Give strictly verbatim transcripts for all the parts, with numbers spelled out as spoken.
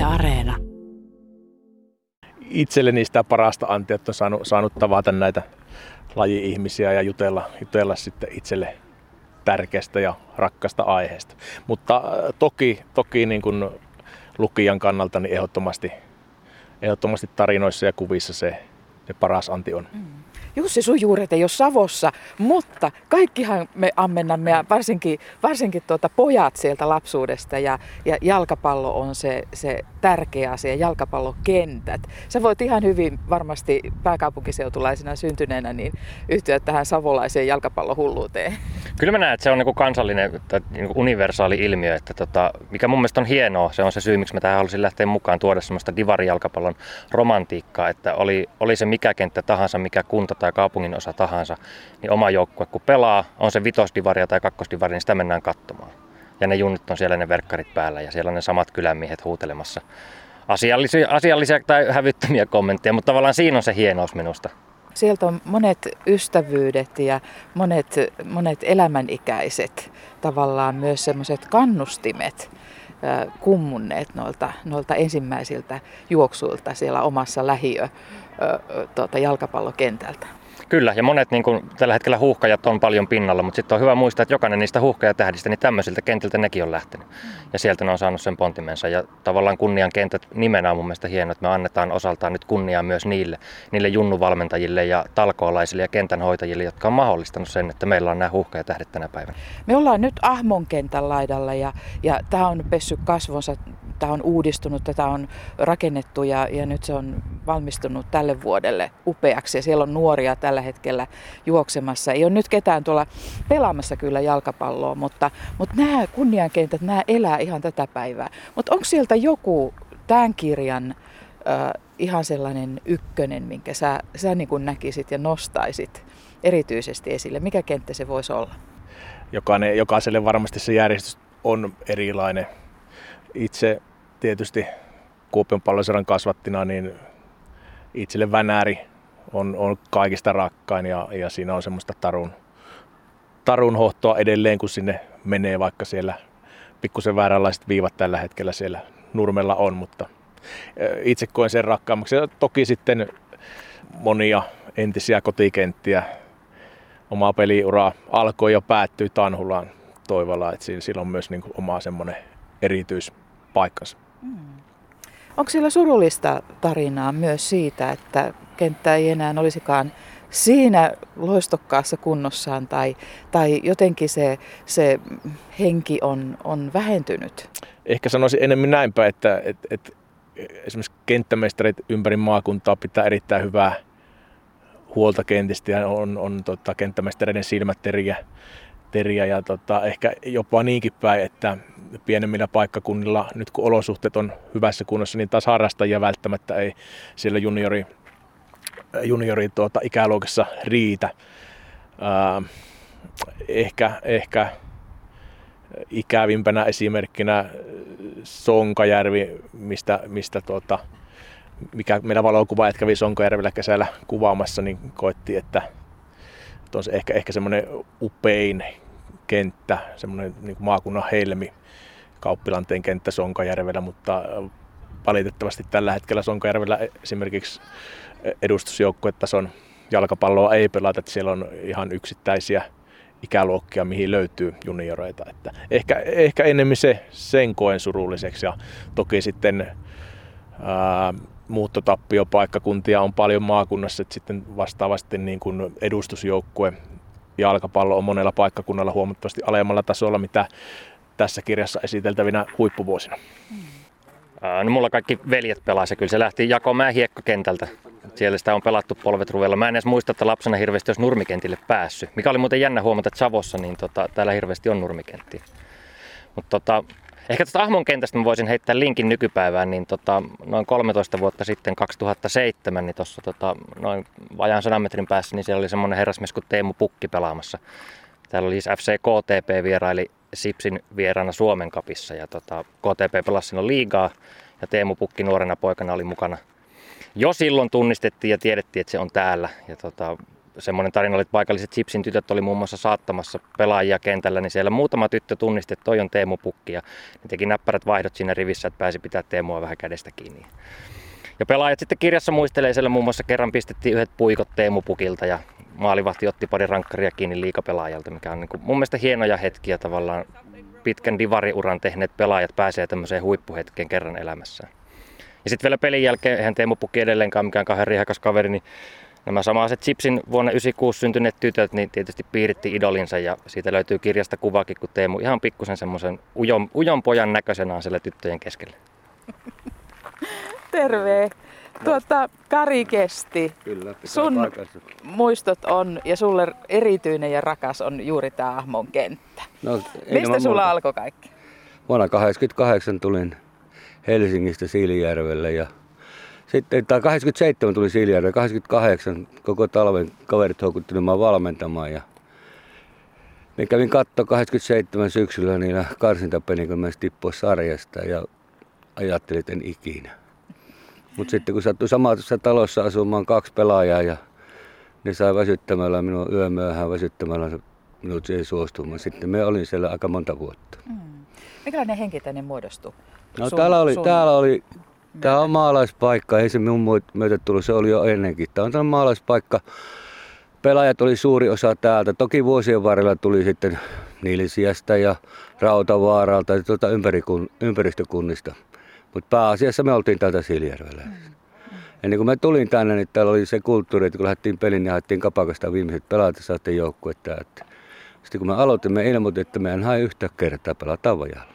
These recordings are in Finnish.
Areena. Itselleni sitä parasta antia, että on saanut, saanut tavata näitä laji-ihmisiä ja jutella, jutella sitten itselle tärkeästä ja rakkaasta aiheesta. Mutta toki, toki niin kuin lukijan kannalta niin ehdottomasti, ehdottomasti tarinoissa ja kuvissa se, se paras anti on. Mm. Jussi, sun juuret ei ole Savossa, mutta kaikkihan me ammennamme, ja varsinkin, varsinkin tuota pojat sieltä lapsuudesta, ja, ja jalkapallo on se, se tärkeä asia, jalkapallokentät. Sä voit ihan hyvin varmasti pääkaupunkiseutulaisena syntyneenä niin yhtyä tähän savolaiseen jalkapallohulluuteen. Kyllä mä näen, että se on niin kuin kansallinen tai niin kuin universaali ilmiö, että tota, mikä mun mielestä on hienoa, se on se syy, miksi mä tähän halusin lähteä mukaan, tuoda semmoista divarijalkapallon romantiikkaa, että oli, oli se mikä kenttä tahansa, mikä kunta tai kaupungin osa tahansa, niin oma joukkue kun pelaa, on se vitosdivaria tai kakkosdivari, niin sitä mennään katsomaan. Ja ne junnit on siellä ne verkkarit päällä ja siellä on ne samat kylänmiehet huutelemassa asiallisia, asiallisia tai hävyttömiä kommentteja, mutta tavallaan siinä on se hienous minusta. Sieltä on monet ystävyydet ja monet, monet elämänikäiset tavallaan myös semmoiset kannustimet kummunneet noilta, noilta ensimmäisiltä juoksuilta siellä omassa lähiö tuota, jalkapallokentältä. Kyllä, ja monet niin kuin, tällä hetkellä huuhkajat on paljon pinnalla, mutta sitten on hyvä muistaa, että jokainen niistä huuhkajatähdistä, niin tämmöisiltä kentiltä nekin on lähtenyt. Ja sieltä ne on saanut sen pontimensa. Ja tavallaan kunnian kentät nimenä on mun mielestä hienoa, että me annetaan osaltaan nyt kunniaa myös niille, niille junnuvalmentajille ja talkoolaisille ja kentänhoitajille, jotka on mahdollistanut sen, että meillä on nämä huuhkajatähdet tänä päivänä. Me ollaan nyt Ahmon kentän laidalla ja, ja tämä on pessyt kasvonsa. Tämä on uudistunut, tätä on rakennettu ja, ja nyt se on valmistunut tälle vuodelle upeaksi. Ja siellä on nuoria tällä hetkellä juoksemassa. Ei ole nyt ketään tuolla pelaamassa kyllä jalkapalloa, mutta, mutta nämä kunniankentät, nämä elää ihan tätä päivää. Mutta onko sieltä joku tämän kirjan äh, ihan sellainen ykkönen, minkä sä, sä niin kuin näkisit ja nostaisit erityisesti esille? Mikä kenttä se voisi olla? Jokainen, jokaiselle varmasti se järjestys on erilainen. Itse tietysti Kuopion Palloseuran kasvattina, niin itselle Vänääri on, on kaikista rakkain ja, ja siinä on semmoista tarun, tarun hohtoa edelleen, kun sinne menee, vaikka siellä pikkusen vääränlaiset viivat tällä hetkellä siellä nurmella on, mutta itse koen sen rakkaammaksi. Ja toki sitten monia entisiä kotikenttiä. Oma peliura alkoi ja päättyi Tanhulaan Toivolaan, että sillä on myös niin kuin oma semmoinen erityispaikkansa. Hmm. Onko siellä surullista tarinaa myös siitä, että kenttä ei enää olisikaan siinä loistokkaassa kunnossaan tai, tai jotenkin se, se henki on, on vähentynyt? Ehkä sanoisin enemmän näinpä, että, että, että esimerkiksi kenttämestarit ympäri maakuntaa pitää erittäin hyvää huolta kentistä ja on, on tota, kenttämestareiden silmät teriä. Teriä ja tota, ehkä jopa niinkin päin, että pienemmillä paikkakunnilla, nyt kun olosuhteet on hyvässä kunnossa, niin taas harrastajia välttämättä ei siellä juniori, juniori tuota, ikäluokassa riitä. Ää, ehkä, ehkä ikävimpänä esimerkkinä Sonkajärvi, mistä, mistä tuota, mikä meidän valokuvaajat kävi Sonkajärvellä kesällä kuvaamassa, niin koettiin, että on se ehkä, ehkä semmoinen upein kenttä, semmoinen niin kuin maakunnan helmi, Kauppilanteen kenttä Sonkajärvellä, mutta valitettavasti tällä hetkellä Sonkajärvellä esimerkiksi edustusjoukkuetason jalkapalloa ei pelata, että siellä on ihan yksittäisiä ikäluokkia, mihin löytyy junioreita. Että ehkä, ehkä enemmän se, sen koen surulliseksi ja toki sitten ää, muuttotappiopaikkakuntia on paljon maakunnassa, että sitten vastaavasti niin kuin edustusjoukkue jalkapallo on monella paikkakunnalla huomattavasti alemmalla tasolla, mitä tässä kirjassa esiteltävinä huippuvuosina. No mulla kaikki veljet pelasi ja kyllä se lähti Jakomäen hiekkakentältä. Siellä sitä on pelattu polvet ruvella. Mä en edes muista, että lapsena hirveästi olisi nurmikentille päässyt. Mikä oli muuten jännä huomata, että Savossa niin tota, täällä hirveästi on nurmikenttiä. Mutta tota, ehkä tuosta Ahmon kentästä mä voisin heittää linkin nykypäivään, niin tota, noin kolmetoista vuotta sitten, kaksituhattaseitsemän, niin tuossa tota, noin vajaan sadan metrin päässä, niin siellä oli semmoinen herrasmies kuin Teemu Pukki pelaamassa. Täällä oli siis F C K T P vieraili Sipsin vieraana Suomen Cupissa ja tota, K T P pelasi silloin liigaa ja Teemu Pukki nuorena poikana oli mukana. Jo silloin tunnistettiin ja tiedettiin, että se on täällä ja tota, semmoinen tarina oli, että paikalliset Chipsin tytöt oli muun muassa saattamassa pelaajia kentällä, niin siellä muutama tyttö tunnisti, että toi on Teemu Pukki, ja ne teki näppärät vaihdot siinä rivissä, että pääsi pitää Teemua vähän kädestä kiinni. Ja pelaajat sitten kirjassa muistelee, siellä muun muassa kerran pistettiin yhdet puikot Teemu Pukilta ja maalivahti otti pari rankkaria kiinni liigapelaajalta, mikä on niin kuin mun mielestä hienoja hetkiä tavallaan. Pitkän divariuran tehneet pelaajat pääsee tämmöiseen huippuhetkeen kerran elämässään. Ja sitten vielä pelin jälkeen, eihän Teemu Pukki edelleenkaan mikään kauhean rihakas kaveri, niin nämä samaiset Chipsin vuonna yhdeksänkymmentäkuusi syntyneet tytöt, niin tietysti piiritti idolinsa ja siitä löytyy kirjasta kuvakin, kun Teemu ihan pikkusen semmoisen ujon, ujon pojan näköisenä on siellä tyttöjen keskellä. Terve! Tuota, Kari Kesti, Kyllä, sun paikassa. muistot on ja sulle erityinen ja rakas on juuri tämä Ahmon kenttä. No, Mistä sulla muuta. Alkoi kaikki? Vuonna kahdeksankymmentäkahdeksan tulin Helsingistä Siilijärvelle ja sitten, tai kahdeksankymmentäseitsemän tuli Siilijärvelle, kahdeksankymmentäkahdeksan koko talven kaverit houkuttelivat minua valmentamaan ja me kävin katsoa kahdeksankymmentäseitsemän syksyllä niillä karsintapelin, kun mä tippua sarjasta ja ajattelin, että en ikinä. Mutta sitten kun sattui samassa talossa asumaan kaksi pelaajaa ja ne sai väsyttämällä minua yömyöhään väsyttämällä minut siihen suostumaan. Sitten me olin siellä aika monta vuotta. Mm. Minkälainen henki tänne muodostui? No sun, täällä oli, sun... täällä oli, tää on maalaispaikka, ei se minun myötä tullut, se oli jo ennenkin. Tämä on tämmöinen maalaispaikka. Pelaajat oli suuri osa täältä. Toki vuosien varrella tuli sitten Nilsiästä ja Rautavaaralta ja tuota ympäristökunnista. Mutta pääasiassa me oltiin täältä Siilijärvellä. Mm. Ennen kuin mä tulin tänne, niin täällä oli se kulttuuri, että kun lähdettiin peliin, niin haettiin kapakasta viimeiset pelaajat ja saatiin joukkuetta. Sitten kun me aloitimme, ilmoitin, että me en hae yhtä kertaa, pelataan vajalla.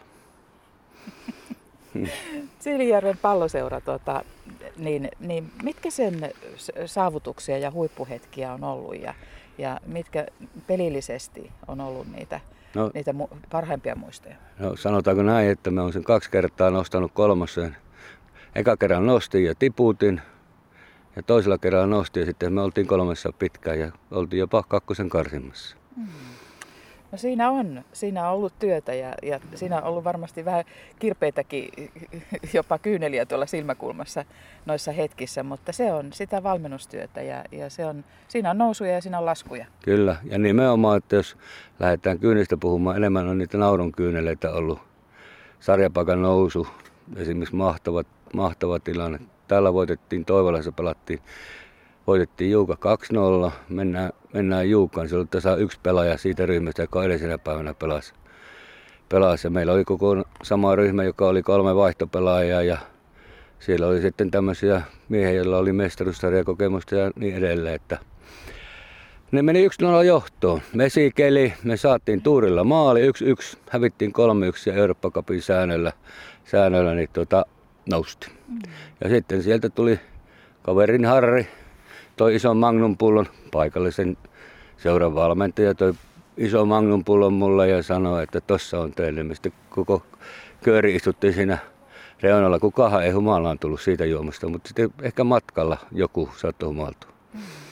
Siilijärven palloseura, tuota, niin, niin mitkä sen saavutuksia ja huippuhetkiä on ollut ja, ja mitkä pelillisesti on ollut niitä, no, niitä mu- parhaimpia muistoja? No sanotaanko näin, että mä olen sen kaksi kertaa nostanut kolmosen. Eka kerran nostin ja tiputin ja toisella kerralla nostin ja sitten me oltiin kolmessa pitkään ja oltiin jopa kakkosen karsimmassa. Hmm. No siinä on, siinä on ollut työtä ja, ja siinä on ollut varmasti vähän kirpeitäkin, jopa kyyneliä tuolla silmäkulmassa noissa hetkissä, mutta se on sitä valmennustyötä ja, ja se on, siinä on nousuja ja siinä on laskuja. Kyllä, ja nimenomaan, että jos lähdetään kyynistä puhumaan, enemmän on niitä naurun kyyneleitä ollut. Sarjapaikan nousu, esimerkiksi mahtava, mahtava tilanne. Täällä voitettiin, Toivolassa pelattiin, voitettiin Juuka kaksi nolla, mennään, mennään Juukaan. Se oli tasa yksi pelaaja siitä ryhmästä, joka edellisenä päivänä pelasi. pelasi. Meillä oli koko sama ryhmä, joka oli kolme vaihtopelaajaa ja siellä oli sitten tämmöisiä miehiä, joilla oli mestaruussarjakokemusta ja niin edelleen. Että ne meni yksi nolla johtoon. Vesikeli, me saatiin tuurilla maali, yksi yksi, hävittiin kolme yksi ja Eurooppa Cupin säännöllä, säännöllä niin tuota, nousti. Mm. Ja sitten sieltä tuli kaverin Harri, toi ison magnumpullon, paikallisen seuran valmentaja, toi iso magnumpullon mulle ja sanoi, että tossa on teille. Me sitten koko kööri istuttiin siinä reunalla, kukaan ei humalaan tullut siitä juomasta, mutta sitten ehkä matkalla joku saattoi humaltua. Mm.